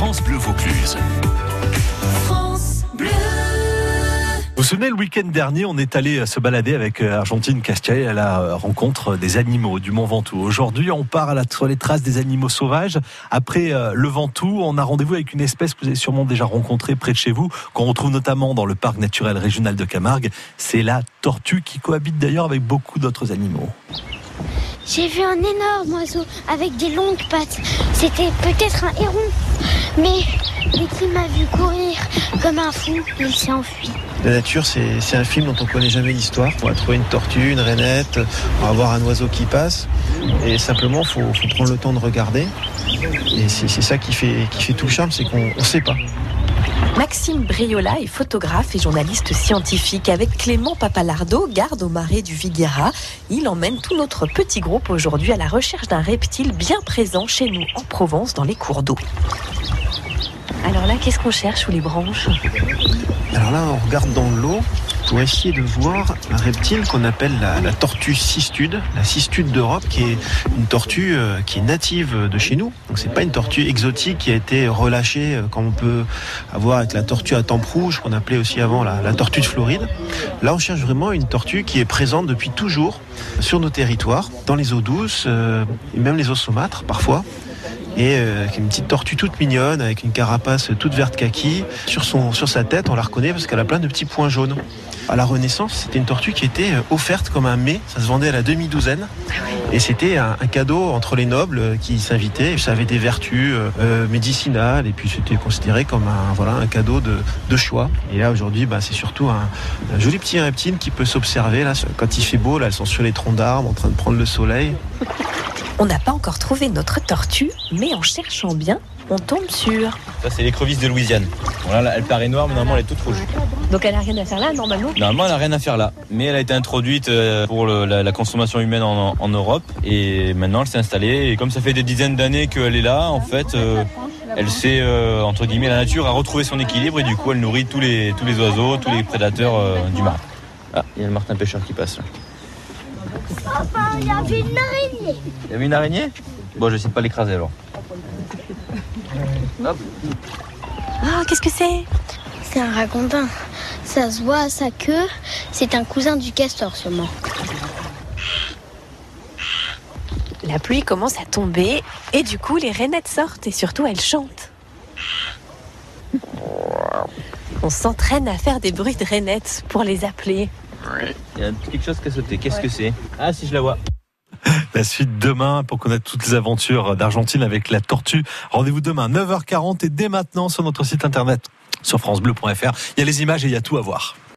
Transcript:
France Bleu Vaucluse. Vous vous souvenez, le week-end dernier, on est allé se balader avec Argentine Castiel à la rencontre des animaux du Mont Ventoux. Aujourd'hui, on part sur les traces des animaux sauvages. Après le Ventoux, on a rendez-vous avec une espèce que vous avez sûrement déjà rencontrée près de chez vous, qu'on retrouve notamment dans le parc naturel régional de Camargue. C'est la tortue qui cohabite d'ailleurs avec beaucoup d'autres animaux. J'ai vu un énorme oiseau avec des longues pattes. C'était peut-être un héron. Mais dès qu'il m'a vu courir comme un fou, il s'est enfui. La nature, c'est un film dont on ne connaît jamais l'histoire. On va trouver une tortue, une rainette, on va voir un oiseau qui passe. Et simplement, il faut prendre le temps de regarder. Et c'est ça qui fait tout le charme, c'est qu'on ne sait pas. Maxime Briola est photographe et journaliste scientifique. Avec Clément Papalardo, garde au marais du Viguera, il emmène tout notre petit groupe aujourd'hui à la recherche d'un reptile bien présent chez nous en Provence, dans les cours d'eau. Alors là, qu'est-ce qu'on cherche sous les branches ? Alors là, on regarde dans l'eau pour essayer de voir un reptile qu'on appelle la tortue cistude, la cistude d'Europe, qui est une tortue qui est native de chez nous. Donc c'est pas une tortue exotique qui a été relâchée comme on peut avoir avec la tortue à tempe rouge, qu'on appelait aussi avant la tortue de Floride. Là, on cherche vraiment une tortue qui est présente depuis toujours sur nos territoires, dans les eaux douces, et même les eaux saumâtres parfois. Et une petite tortue toute mignonne avec une carapace toute verte kaki. Sur sa tête, on la reconnaît parce qu'elle a plein de petits points jaunes. À la Renaissance, c'était une tortue qui était offerte comme un mets. Ça se vendait à la demi-douzaine. Et c'était un cadeau entre les nobles qui s'invitaient. Ça avait des vertus médicinales et puis c'était considéré comme un cadeau de choix. Et là, aujourd'hui, c'est surtout un joli petit reptile qui peut s'observer. Là, quand il fait beau, là, elles sont sur les troncs d'arbres en train de prendre le soleil. On n'a pas encore trouvé notre tortue, mais en cherchant bien, on tombe sur... Ça, c'est l'écrevisse de Louisiane. Voilà, elle paraît noire, mais normalement, elle est toute rouge. Donc elle n'a rien à faire là, normalement ? Normalement, elle n'a rien à faire là. Mais elle a été introduite pour la consommation humaine en Europe. Et maintenant, elle s'est installée. Et comme ça fait des dizaines d'années qu'elle est là, en fait, elle s'est, entre guillemets, la nature a retrouvé son équilibre. Et du coup, elle nourrit tous les oiseaux, tous les prédateurs du marin. Ah, il y a le martin pêcheur qui passe là. Papa, il y avait une araignée. Il y avait une araignée ? Bon, je vais essayer de pas l'écraser alors. Hop. Ah, qu'est-ce que c'est ? C'est un ragondin. Ça se voit à sa queue. C'est un cousin du castor, sûrement. La pluie commence à tomber et du coup, les rainettes sortent et surtout, elles chantent. On s'entraîne à faire des bruits de rainettes pour les appeler. Il y a quelque chose qui a sauté. Qu'est-ce que c'est ? Ah, si je la vois. La suite demain pour connaître toutes les aventures d'Argentine avec la tortue. Rendez-vous demain 9h40 et dès maintenant sur notre site internet sur francebleu.fr. Il y a les images et il y a tout à voir.